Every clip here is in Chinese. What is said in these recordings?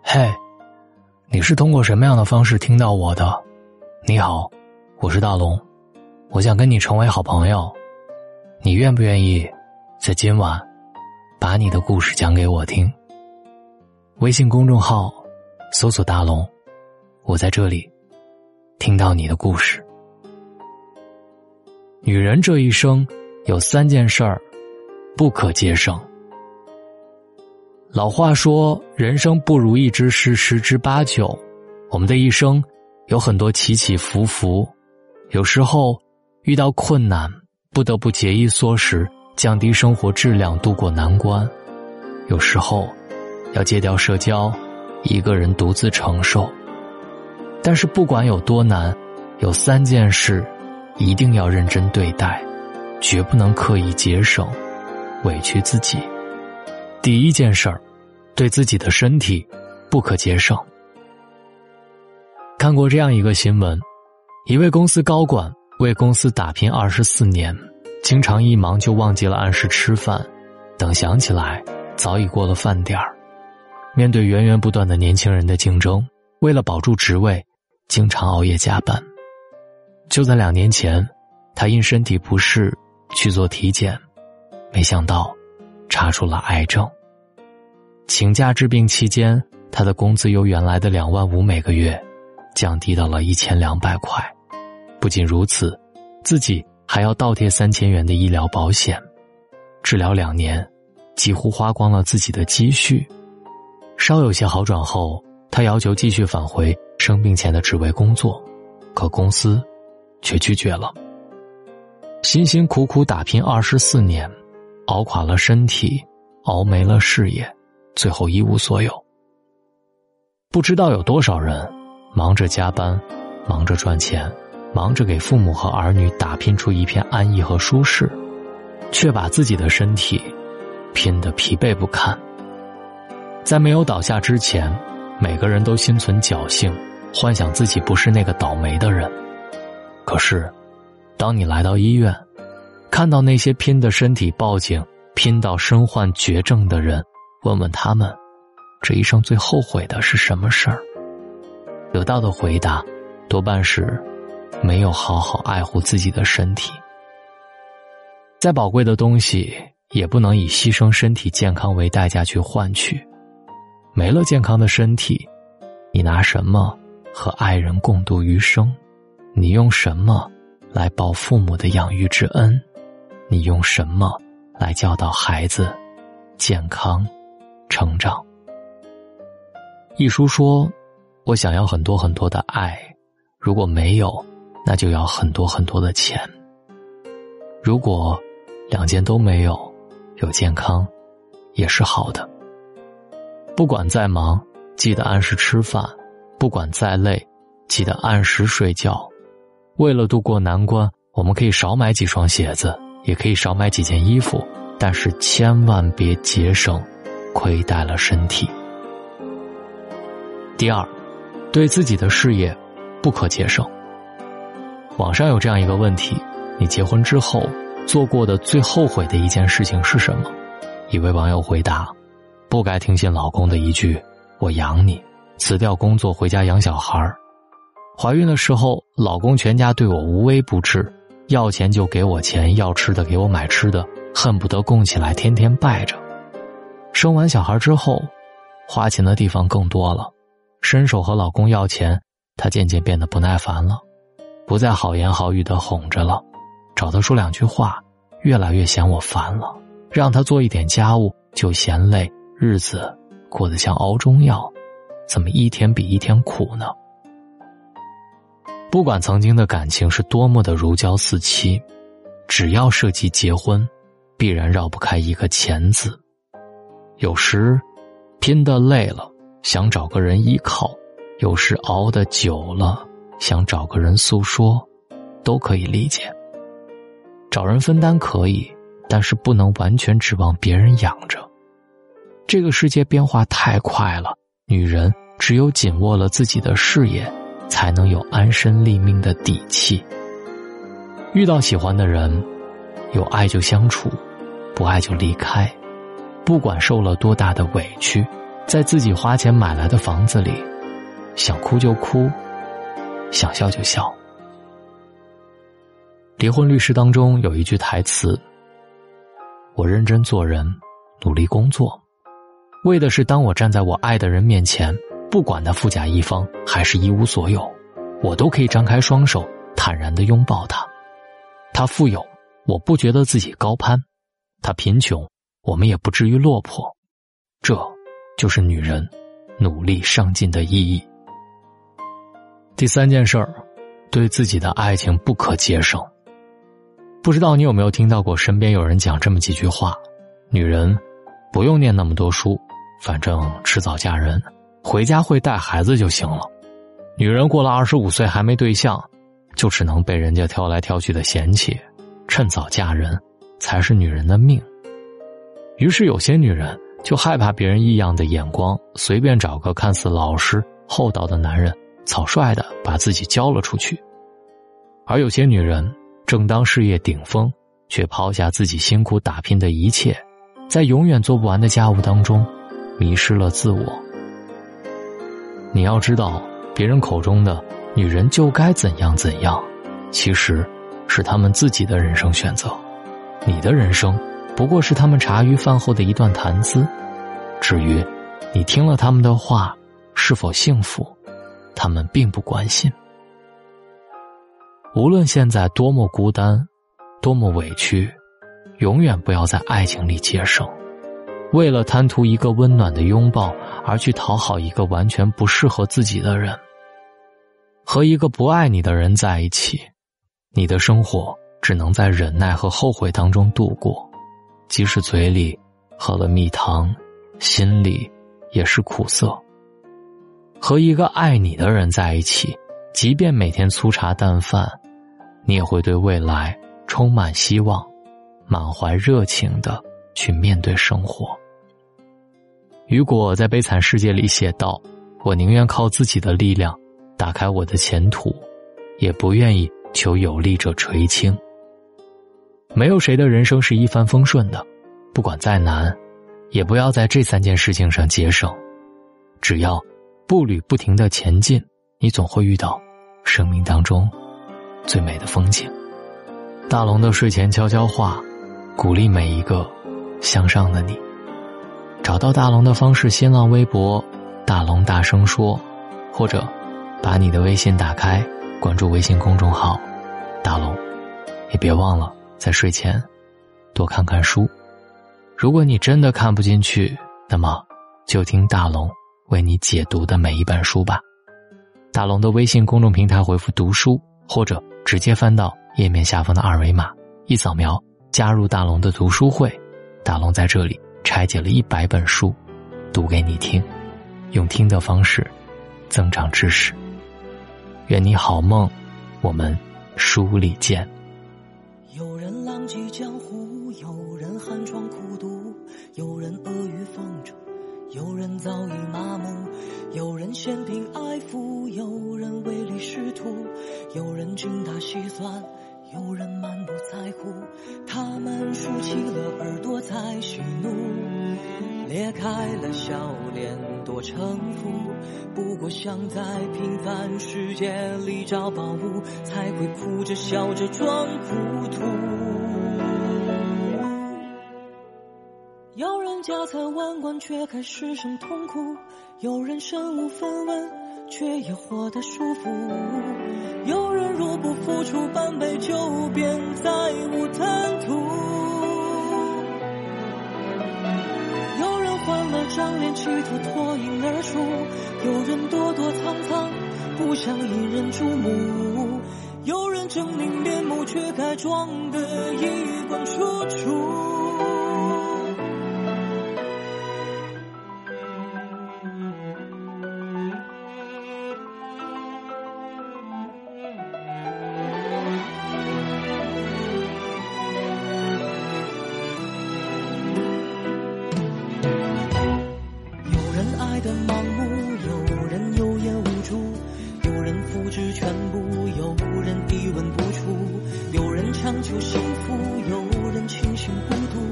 嘿，你是通过什么样的方式听到我的？你好，我是大龙，我想跟你成为好朋友，你愿不愿意在今晚把你的故事讲给我听？微信公众号搜索大龙，我在这里听到你的故事。女人这一生有3件事儿不可节省。老话说，人生不如意之事十之八九。我们的一生有很多起起伏伏，有时候遇到困难，不得不节衣缩食，降低生活质量，度过难关。有时候要戒掉社交，一个人独自承受。但是不管有多难，有3件事一定要认真对待，绝不能刻意节省，委屈自己。第一件事儿，对自己的身体不可节省。看过这样一个新闻，一位公司高管为公司打拼24年，经常一忙就忘记了按时吃饭，等想起来早已过了饭点儿。面对源源不断的年轻人的竞争，为了保住职位，经常熬夜加班。就在2年前，他因身体不适去做体检，没想到查出了癌症。请假治病期间，他的工资由原来的2万5每个月降低到了1200块。不仅如此，自己还要倒贴3000元的医疗保险。治疗2年，几乎花光了自己的积蓄。稍有些好转后，他要求继续返回生病前的职位工作，可公司却拒绝了。辛辛苦苦打拼24年，熬垮了身体，熬没了事业，最后一无所有。不知道有多少人忙着加班，忙着赚钱，忙着给父母和儿女打拼出一片安逸和舒适，却把自己的身体拼得疲惫不堪。在没有倒下之前，每个人都心存侥幸，幻想自己不是那个倒霉的人。可是当你来到医院，看到那些拼得身体报警，拼到身患绝症的人，问问他们这一生最后悔的是什么事儿，得到的回答多半是没有好好爱护自己的身体。再宝贵的东西也不能以牺牲身体健康为代价去换取。没了健康的身体，你拿什么和爱人共度余生？你用什么来报父母的养育之恩？你用什么来教导孩子健康成长？一书说，我想要很多很多的爱，如果没有，那就要很多很多的钱。如果2件都没有，有健康也是好的。不管再忙，记得按时吃饭；不管再累，记得按时睡觉。为了度过难关，我们可以少买几双鞋子，也可以少买几件衣服，但是千万别节省，亏待了身体。第二，对自己的事业不可节省。网上有这样一个问题，你结婚之后做过的最后悔的一件事情是什么？一位网友回答，不该听信老公的一句我养你，辞掉工作回家养小孩。怀孕的时候，老公全家对我无微不至，要钱就给我钱，要吃的给我买吃的，恨不得供起来天天拜着。生完小孩之后，花钱的地方更多了，伸手和老公要钱，他渐渐变得不耐烦了，不再好言好语地哄着了，找他说2句话，越来越嫌我烦了，让他做一点家务就嫌累，日子过得像熬中药，怎么一天比一天苦呢？不管曾经的感情是多么的如胶似漆，只要涉及结婚，必然绕不开一个钱字。有时拼得累了，想找个人依靠；有时熬得久了，想找个人诉说，都可以理解。找人分担可以，但是不能完全指望别人养着。这个世界变化太快了，女人只有紧握了自己的事业，才能有安身立命的底气。遇到喜欢的人，有爱就相处，不爱就离开。不管受了多大的委屈， 在自己花钱买来的房子里，想哭就哭，想笑就笑。离婚律师当中有一句台词：我认真做人，努力工作，为的是当我站在我爱的人面前，不管他富甲一方还是一无所有，我都可以张开双手坦然地拥抱他。他富有，我不觉得自己高攀；他贫穷，我们也不至于落魄。这就是女人努力上进的意义。第三件事儿，对自己的爱情不可节省。不知道你有没有听到过身边有人讲这么几句话：女人不用念那么多书，反正迟早嫁人，回家会带孩子就行了。女人过了25岁还没对象，就只能被人家挑来挑去的嫌弃，趁早嫁人才是女人的命。于是有些女人就害怕别人异样的眼光，随便找个看似老实厚道的男人，草率地把自己交了出去。而有些女人正当事业顶峰，却抛下自己辛苦打拼的一切，在永远做不完的家务当中迷失了自我。你要知道，别人口中的女人就该怎样怎样，其实是他们自己的人生选择。你的人生不过是他们茶余饭后的一段谈资，至于你听了他们的话是否幸福，他们并不关心。无论现在多么孤单，多么委屈，永远不要在爱情里节省，为了贪图一个温暖的拥抱而去讨好一个完全不适合自己的人。和一个不爱你的人在一起，你的生活只能在忍耐和后悔当中度过，即使嘴里喝了蜜糖，心里也是苦涩。和一个爱你的人在一起，即便每天粗茶淡饭，你也会对未来充满希望，满怀热情地去面对生活。雨果在《悲惨世界》里写道：我宁愿靠自己的力量打开我的前途，也不愿意求有力者垂青。没有谁的人生是一帆风顺的，不管再难，也不要在这3件事情上节省。只要步履不停地前进，你总会遇到生命当中最美的风景。大龙的睡前悄悄话，鼓励每一个向上的你。找到大龙的方式：新浪微博大龙大声说，或者把你的微信打开，关注微信公众号大龙。也别忘了在睡前多看看书。如果你真的看不进去，那么就听大龙为你解读的每一本书吧。大龙的微信公众平台回复读书，或者直接翻到页面下方的二维码，一扫描加入大龙的读书会。大龙在这里拆解了100本书读给你听，用听的方式增长知识。愿你好梦，我们书里见。 有人浪迹江湖，有人寒窗苦读，有人阿谀奉承，有人早已麻木，有人嫌贫爱富，有人唯利是图，有人精打细算，有人满不在乎。他们竖起了耳朵在喜怒，裂开了笑脸多城府。不过想在平凡世界里找宝物，才会哭着笑着装糊涂。有人家财万贯却还失声痛哭，有人身无分文却也活得舒服，有人若不付出半杯酒便再无贪图，有人换了张脸企图脱颖而出，有人躲躲藏藏不想引人注目，有人狰狞面目却该装得衣冠楚楚。爱的盲目，有人有眼无珠，有人付之全部，有人一文不出，有人强求幸福，有人清醒孤独，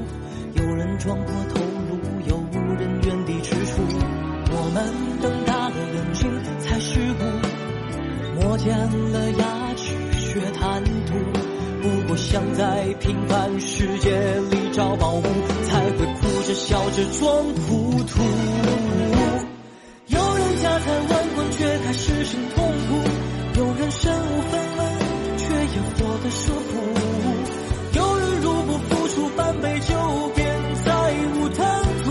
想在平凡世界里找保护，才会哭着笑着装糊涂。有人家财万贯却还失声痛哭，有人身无分文却也活得舒服，有人入不敷出半杯酒便再无贪图，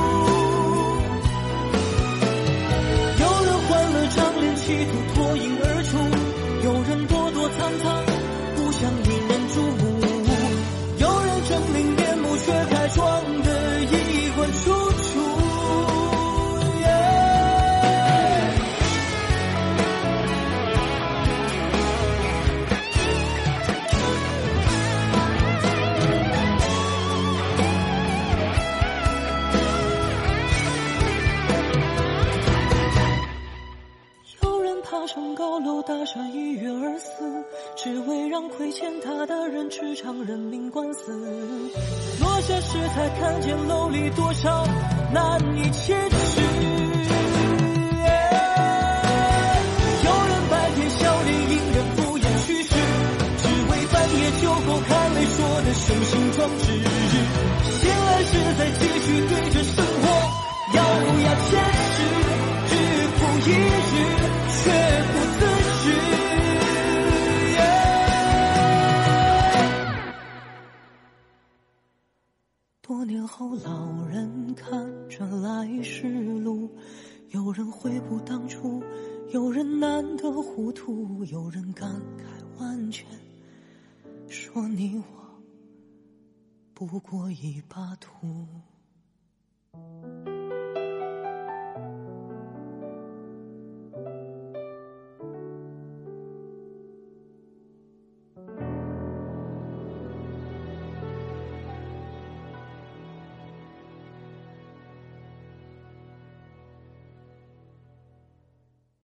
有人换了张脸企图脱颖而出，有人躲躲藏藏不想引人注目，有人狰狞面目却还装得衣冠楚楚。爬上高楼大厦一跃而死，只为让亏欠他的人吃场人命官司。落下时才看见楼里多少难以启齿，有人白天笑脸迎人敷衍去世，只为半夜酒后看泪说的雄心壮志。醒来时再继续对着生活咬牙坚持，日复一日却不自知。多年后老人看着来时路，有人悔不当初，有人难得糊涂，有人感慨万千，说你我不过一把土。